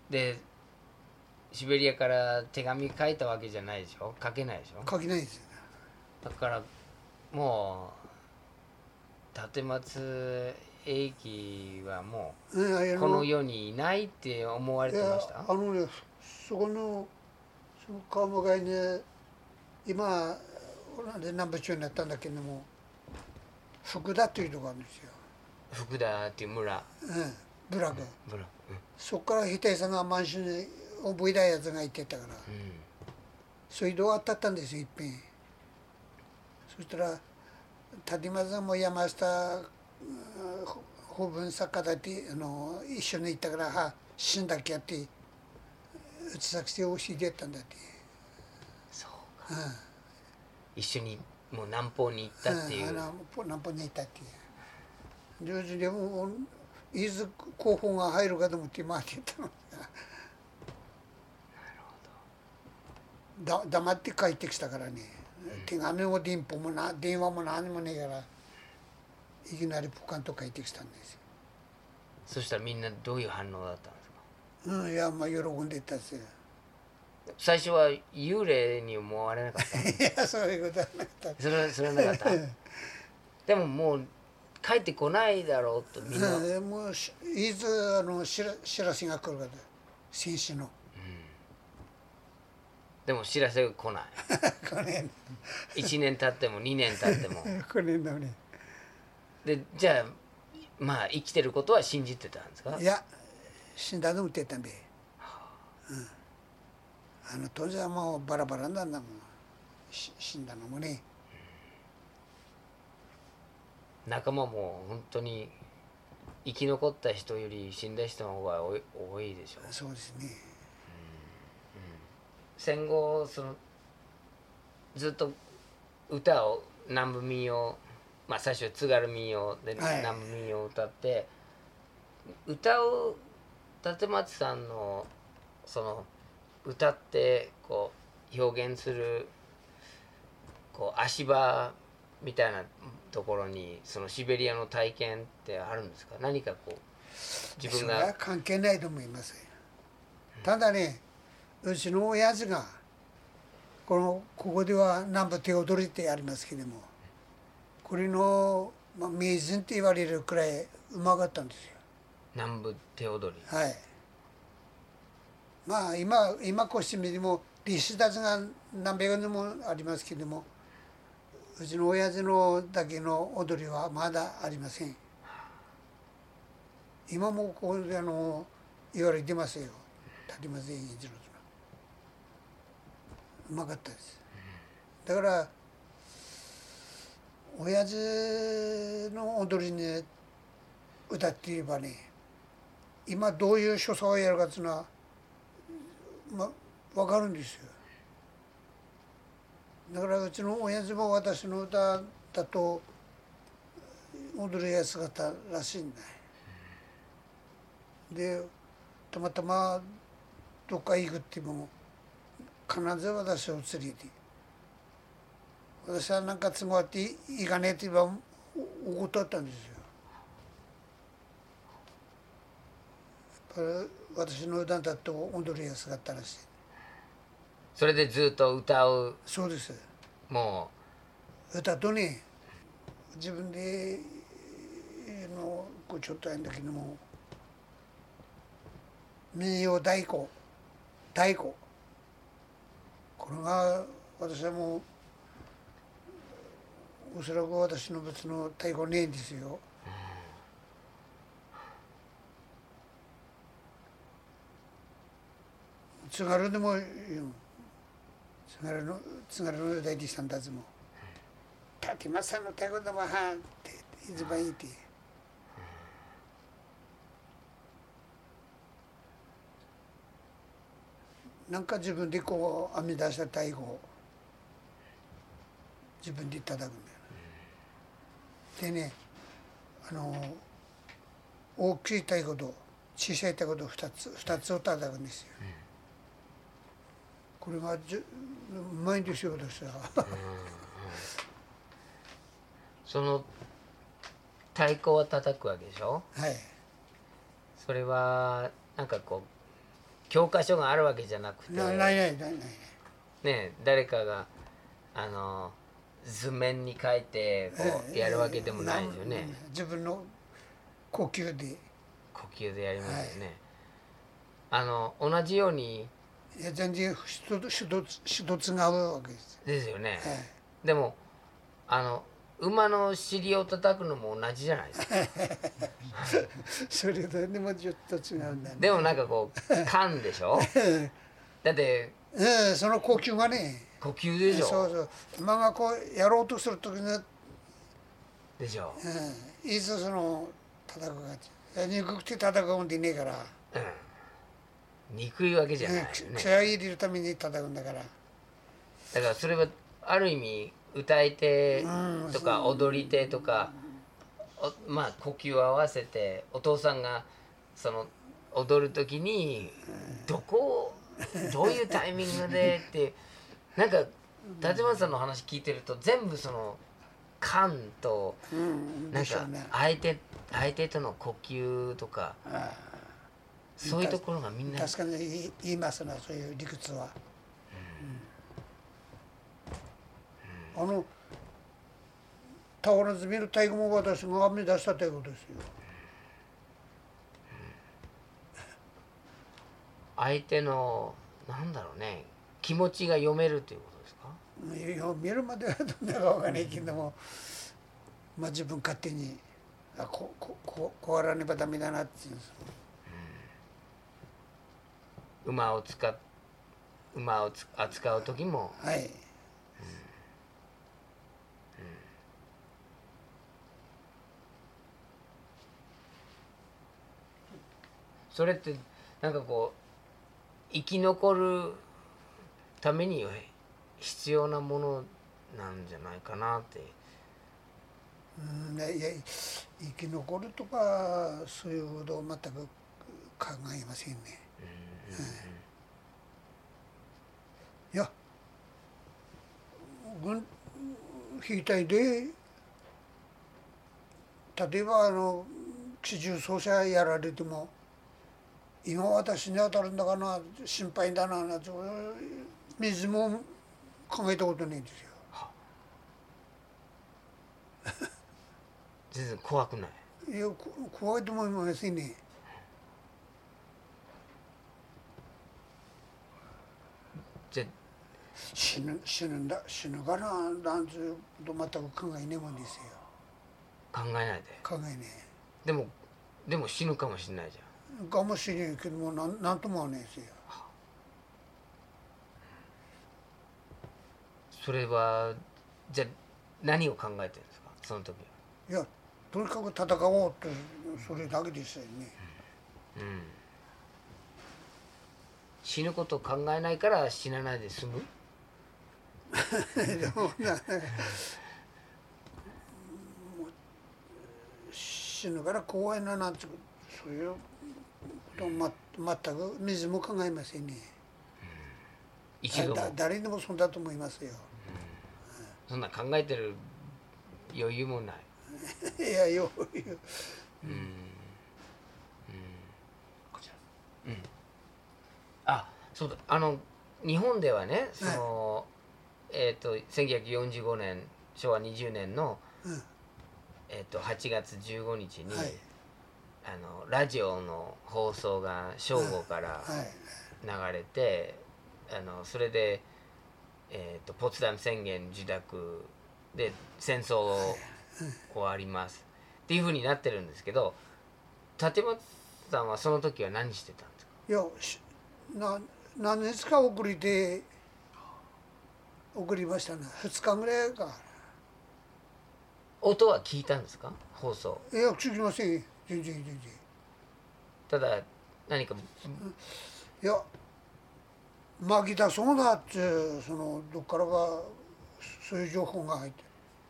でシベリアから手紙書いたわけじゃないでしょ。書けないでしょ。 書けないですよ。 だからもう立松英樹はもうこの世にいないって思われてました？ あのねそこのその川向かいに今南部町になったんだけども福田というとこがあるんですよ。 福田っていう村。 うん、部落、うん、 村、うん、 そこから兵さんが満州に覚えたやつがいてたから、うん、そういう動画あったんですよいっぺん。そしたら立間さんも山下法文作家だってあの一緒に行ったからは死んだっけやってうちさくして教えてやったんだって。 そうか、うん、一緒にもう南方に行ったっていう、うん、 南方に行ったっていう上手でも伊豆候補が入るかと思って回ってたの。なるほど。だ黙って帰ってきたからね、うん、手紙も電報もな電話も何もねえからいきなりポカンと帰ってきたんですよ。 そしたらみんなどういう反応だったんですか？ うん、いやまあ喜んでたんですよ。 最初は幽霊に思われなかった？ いやそういうことはなかった。 それはそれはなかったでももう帰ってこないだろうとみんな、 うん、もういつあの知ら知らせが来るから戦死の、うん、 でも知らせが来ない来ねえいちねん経ってもにねん経っても来ねえんだね。 でじゃあまあ生きてることは信じてたんですか？ いや死んだの打ってたんで、うん、あの当時はもうバラバラなんだもん死んだのもね。 仲間も本当に生き残った人より死んだ人の方が多い、多いでしょう。 そうですね、うんうん、 戦後そのずっと歌を南部民謡、まあ最初は津軽民謡で南部民謡を歌って、はい、歌う立松さんのその歌ってこう表現するこう足場みたいなところにそのシベリアの体験ってあるんですか？何かこう自分が。 それは関係ないと思います。ただね、うちの親父がこのここでは南部手踊りってありますけども、これの、まあ、名人って言われるくらいうまかったんですよ。 南部手踊り。 はい。まあ今今こうしてみても弟子たちが何百人もありますけども、うちの親父のだけの踊りはまだありません。今もこうあの言われてますよ。立松英一郎とうまかったです。だから親父の踊りに歌っていればね、今どういう所作をやるかっていうのはま分かるんですよ。だからうちの親父も私の歌だと踊りや姿らしいんだ。でたまたまどっか行くっても必ず私を連れて、私は何か都合あって行かねえって言えば怒っとったんですよ。やっぱり私の歌だと踊りや姿らしい。 それでずっと歌う。 そうです。 もう歌とね、自分でのこうちょっとあれだけども民謡太鼓太鼓これが私はもうおそらく私の別の太鼓ねえんですよ。津軽でも津軽の津軽の大弟子さんたちも「立松さんの太鼓だわはん」って一番いいって。なんか自分でこう編み出した太鼓を自分で叩くんだよ。でね、あの大きい太鼓と小さい太鼓と二つ二つを叩くんですよ。これがじゅうまいんですよ私は。 その太鼓を叩くわけでしょ。 はい。 それはなんかこう教科書があるわけじゃなくて、 ないないないないね、誰かがあの図面に書いてこうやるわけでもないですよね。 自分の呼吸で呼吸でやりますよね。はい、あの同じようにいや全然一つ一つ違うわけです。 ですよね。 はい、 でもあの馬の尻を叩くのも同じじゃないですか。 それとでもちょっと違うんだね。 でもなんかこう勘でしょ。だって、 えー、その呼吸がね。 呼吸でしょ。 そうそう。馬がこうやろうとするときにでしょうん、いつその戦うか憎くて戦うんでねえから、 うん、憎いわけじゃないよね。 気合い入れるために戦うんだから。 だからそれはある意味歌い手とか踊り手とか、おまあ呼吸を合わせてお父さんがその踊る時にどこをどういうタイミングでってなんか立花さんの話聞いてると全部その感となんか相手相手との呼吸とかそういうところがみんな確かに言いますな、そういう理屈は。あの俵積みの太鼓も私が編み出したということですよ。 相手のなんだろうね、気持ちが読めるということですか。 読めるまではどんなかわからないけども、まあ自分勝手にあここここうやらねばダメだなっていうんです。 馬を使っ馬をつ扱う時も、 はい。 それってなんかこう生き残るために必要なものなんじゃないかなって。 うん、いや生き残るとかそういうことを全く考えませんね。うん、いや軍兵隊で例えばあの機銃掃射やられても今私に当たるんだかな心配だななんて水も考えたことないんですよ。 全然怖くない。 いや怖いと思いますね。 じゃ死ぬ死ぬんだ死ぬかななんて全く考えねえもんですよ。 考えないで。 考えねえ。でもでも死ぬかもしれないじゃん。 かもしれんけどもなんなんともはねえですよ。 それはじゃあ何を考えてるんですかその時は。 いやとにかく戦おうってそれだけでしたよね。 うん、うん、死ぬことを考えないから死なないで済む。 でもな死ぬから怖いななんてそういうことま全く水も考えませんね。 一度もだ誰でもそうだと思いますよ。 そんな考えてる余裕もない。 いや余裕。 うん、うん、こちら。うん。あ、そうだ。あの日本ではね、その、はい、えっ、ー、とせんきゅうひゃくよんじゅうごねんしょうわにじゅうねんの、うん、えっ、ー、とはちがつじゅうごにちに、はい、あのラジオの放送が正午から流れて、はいはい、あのそれで、えー、とポツダム宣言受諾で戦争を終わります、はい、っていうふうになってるんですけど、立松さんはその時は何してたんですか。 いやな何日か遅れて送りましたね。ふつかぐらいか。 音は聞いたんですか放送。 いや聞きません全然全然。 ただ何かいやまぎだそうだってそのどっからかそういう情報が入って、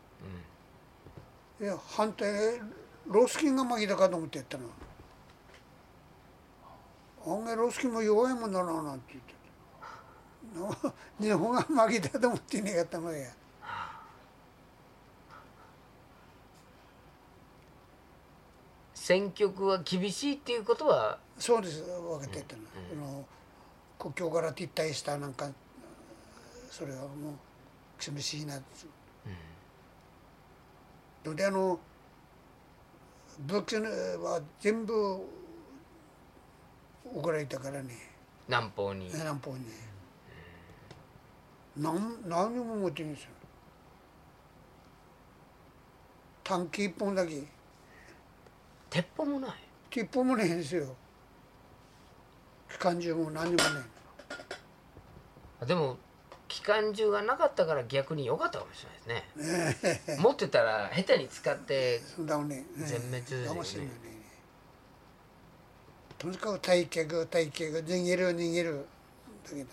うん、いや反対ロースキンがまぎだかと思ってやったの。案外ロースキンも弱いもんだななんて言ってた。日本がまぎだと思ってねえかったのや。 戦局は厳しいっていうことはそうです分かってたの、うんうん、の国境から撤退したなんかそれはもう厳しいな、うん、それであの武器は全部送られたからね南方に南方に、うん、何何にも持ってないんですよ。短期一本だけ。 鉄砲もない。 鉄砲もないんですよ。機関銃も何にもない。 でも機機関銃がなかったから逆に良かったかもしれないですね。持ってたら下手に使ってそうだね。 全滅ですよね。 かもしれないね。とにかく退却退却逃げる逃げるだけだ。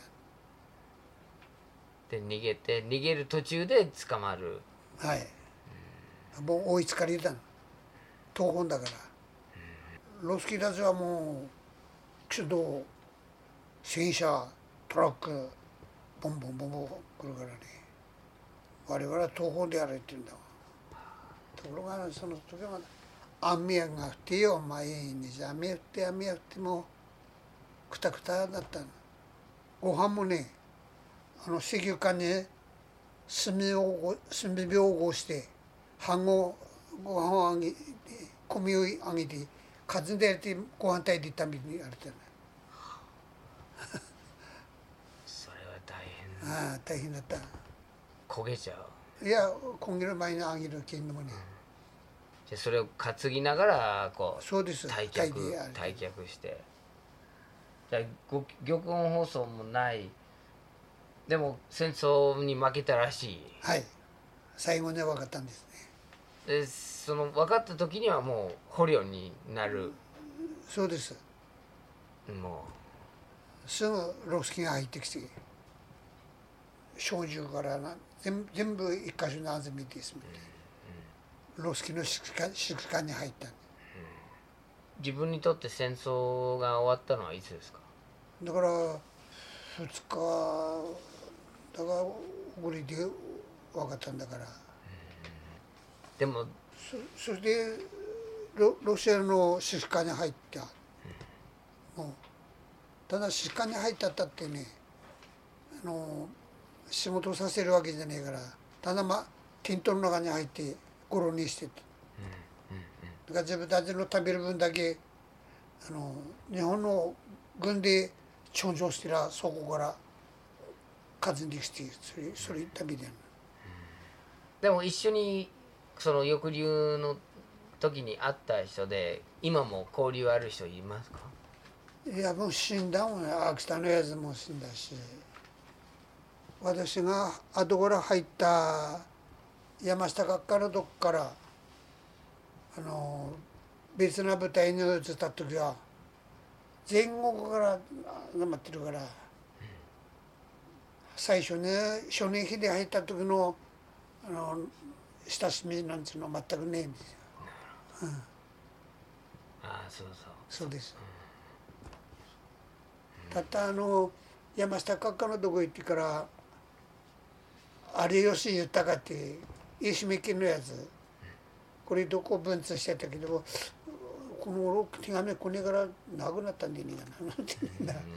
で逃げて逃げる途中で捕まる。 はい。もう追いつかれたの。東本だから。ロスキーたちはもう駆動戦車トラックボンボンボンボン来るからね。我々は東本でやれって言うんだわ。ところがその時は雨が降ってよ毎日雨降って雨降ってもうくたくただったの。ご飯もねあの石油缶に炭を炭火を起こして飯をご飯をあげて米をあげて数でやってご飯炊いてためにやれてる。 それは大変。 ああ大変だった。 焦げちゃう。 いや焦げる前にあげるけんのもね。 じゃあそれを担ぎながらこうそうです退炊い却てある退却して。じゃあご玉音放送もない。でも戦争に負けたらしい。 はい最後には分かったんですね。 でその分かった時にはもう捕虜になる。 そうです。 もすぐロスキが入ってきて小銃からな全部全部一箇所に集めてですね、うんうん、ロスキの指揮官指揮官に入ったんで、 うん、自分にとって戦争が終わったのはいつですか？ だからふつかだから遅れて分かったんだから、うん、 でもそそしてロロシアの指揮官に入った、うん、もうただ指揮官に入ったったってねあの仕事をさせるわけじゃねえからただまあテントの中に入ってゴロにしてて、うんうんうん、だから自分たちの食べる分だけあの日本の軍で頂上してらそこから数に来てそれそれ食べてる、うん、 でも一緒にその抑留の時に会った人で今も交流ある人いますか？ いやもう死んだもんね。秋田のやつも死んだし私が後から入った山下閣下のとこからあの別な部隊に移った時は前後から頑張ってるから、うん、最初ね初年期で入った時のあの親しみなんていうのは全くねえんですよ、うん、ああそうそうそうです、うん、たったあの山下閣下のとこ行ってから有吉豊って愛媛県のやつこれどこ文通してたけどこの手紙これからなくなったんでねえかななんて言うんだ、うんうん、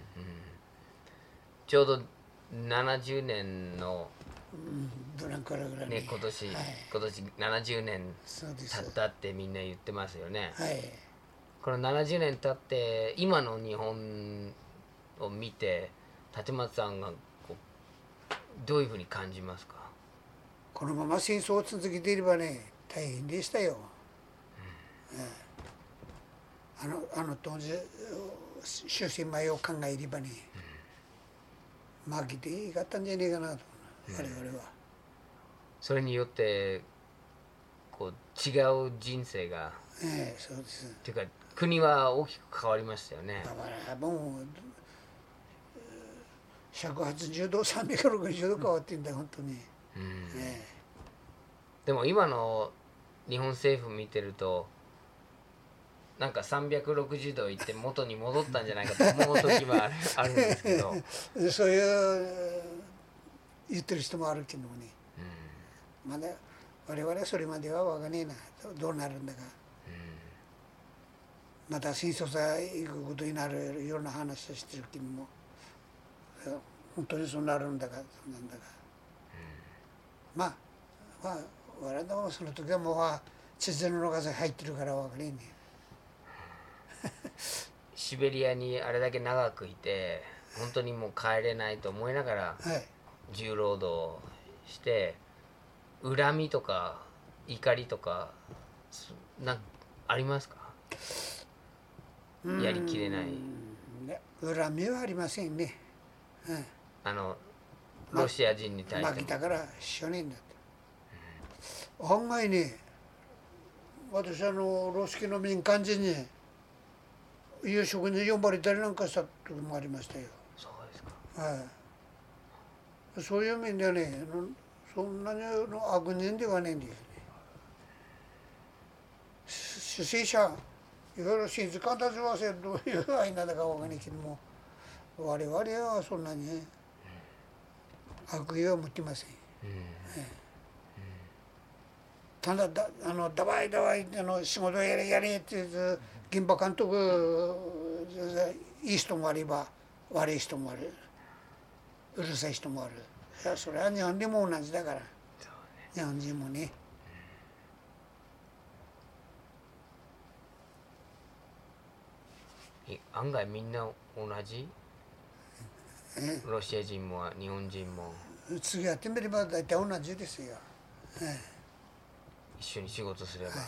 ちょうどななじゅうねんのブランカラぐらいね今年、はい、今年ななじゅうねん経ったってみんな言ってますよね、 はい、 このななじゅうねん経って今の日本を見て立松さんがこうどういうふうに感じますか？ このまま戦争を続けていればね大変でしたよ、うん、あのあの当時終戦前を考えればね、うん、負けていいかったんじゃねえかなと、うん、我々はそれによってこう違う人生が、 ええ、そうです。 っていうか国は大きく変わりましたよね。 だからもうひゃくはちじゅうどさんびゃくろくじゅうど変わってんだよ本当に、うんええ、でも今の日本政府見てるとなんかさんびゃくろくじゅうど行って元に戻ったんじゃないかと思う時はあるんですけどそういう言ってる人もあるけどもね、うん、まだ我々はそれまでは分かんねえなどうなるんだか、うん、また戦争さ行くことになるような話をしてるけども本当にそうなるんだかそうなんだか、うん、まあまあ我々もその時はもう地図の中に入ってるから分かんねえねシベリアにあれだけ長くいて本当にもう帰れないと思いながら重労働して、はい、恨みとか怒りとかなんありますか？やりきれない。 恨みはありませんね、うん、 あのロシア人に対しても負けたからしょねえんだって、案外ね私あのロシキの民間人に夕食に呼ばれたりなんかした時もありましたよ。 そうですか。 はい、そういう面ではねそんなにの悪人ではないんですね。主政者いろいろ静かなわせどういう間だかわからないけども我々はそんなに悪意は持ってません。うんうん、ただだあのだばいだばいあの仕事やれやれっていう現場監督いい人もあれば悪い人もあるうるさい人もある。いやそれは日本でも同じだから、ね、日本人もね。 案外みんな同じ？ロシア人も日本人も次やってみれば大体同じですよ。 一緒に仕事すれば、はい、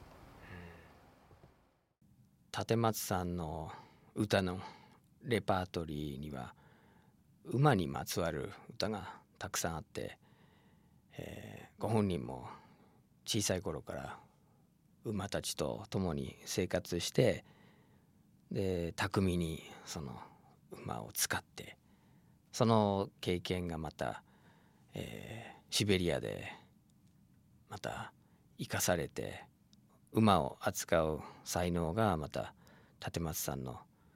うん、 立松さんの歌のレパートリーには馬にまつわる歌がたくさんあって、えー、ご本人も小さい頃から馬たちと共に生活してで巧みにその馬を使ってその経験がまた、えー、シベリアでまた生かされて馬を扱う才能がまた立松さんの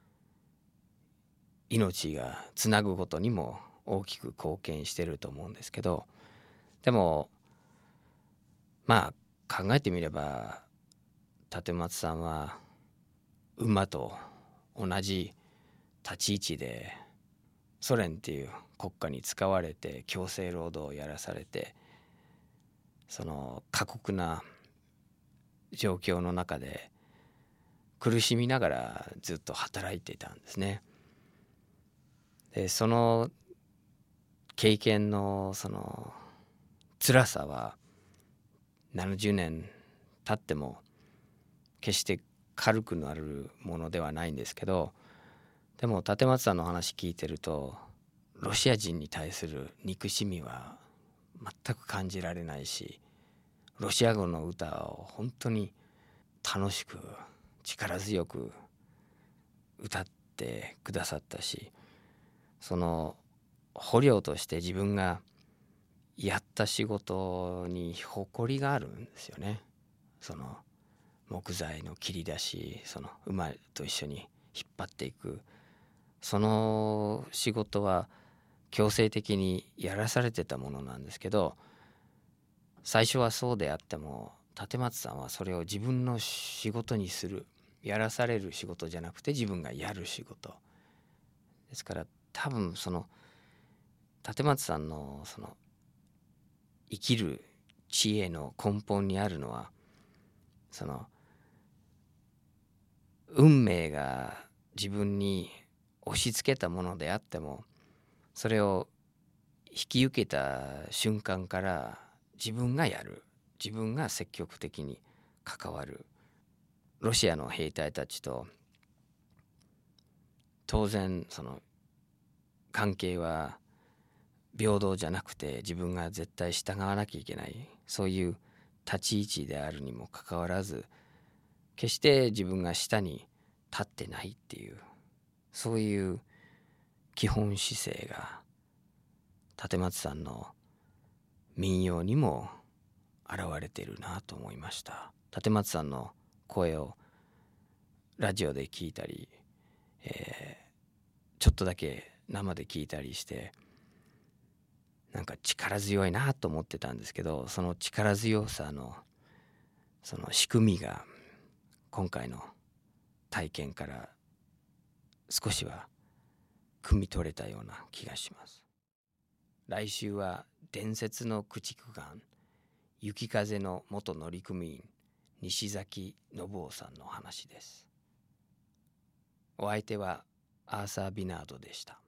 命がつなぐことにも大きく貢献してると思うんですけど、でもまあ考えてみれば立松さんは馬と同じ立ち位置でソ連っていう国家に使われて強制労働をやらされてその過酷な状況の中で苦しみながらずっと働いていたんですね。でその経験のその辛さはななじゅうねん経っても決して軽くなるものではないんですけど、でも立松さんの話聞いてるとロシア人に対する憎しみは全く感じられないし、ロシア語の歌を本当に楽しく力強く歌ってくださったし、その捕虜として自分がやった仕事に誇りがあるんですよね。その木材の切り出し、その馬と一緒に引っ張っていく、その仕事は強制的にやらされてたものなんですけど、最初はそうであっても立松さんはそれを自分の仕事にする、やらされる仕事じゃなくて自分がやる仕事ですから、多分その立松さんのその生きる知恵の根本にあるのは、その運命が自分に押し付けたものであっても、それを引き受けた瞬間から自分がやる、自分が積極的に関わる。ロシアの兵隊たちと当然その関係は平等じゃなくて自分が絶対従わなきゃいけない、そういう立ち位置であるにもかかわらず決して自分が下に立ってないっていう、そういう基本姿勢が立松さんの民謡にも現れているなと思いました。立松さんの声をラジオで聞いたり、えー、ちょっとだけ生で聞いたりしてなんか力強いなと思ってたんですけど、その力強さのその仕組みが今回の体験から少しは汲み取れたような気がします。来週は伝説の駆逐艦雪風の元乗組員西崎信夫さんの話です。お相手はアーサー・ビナードでした。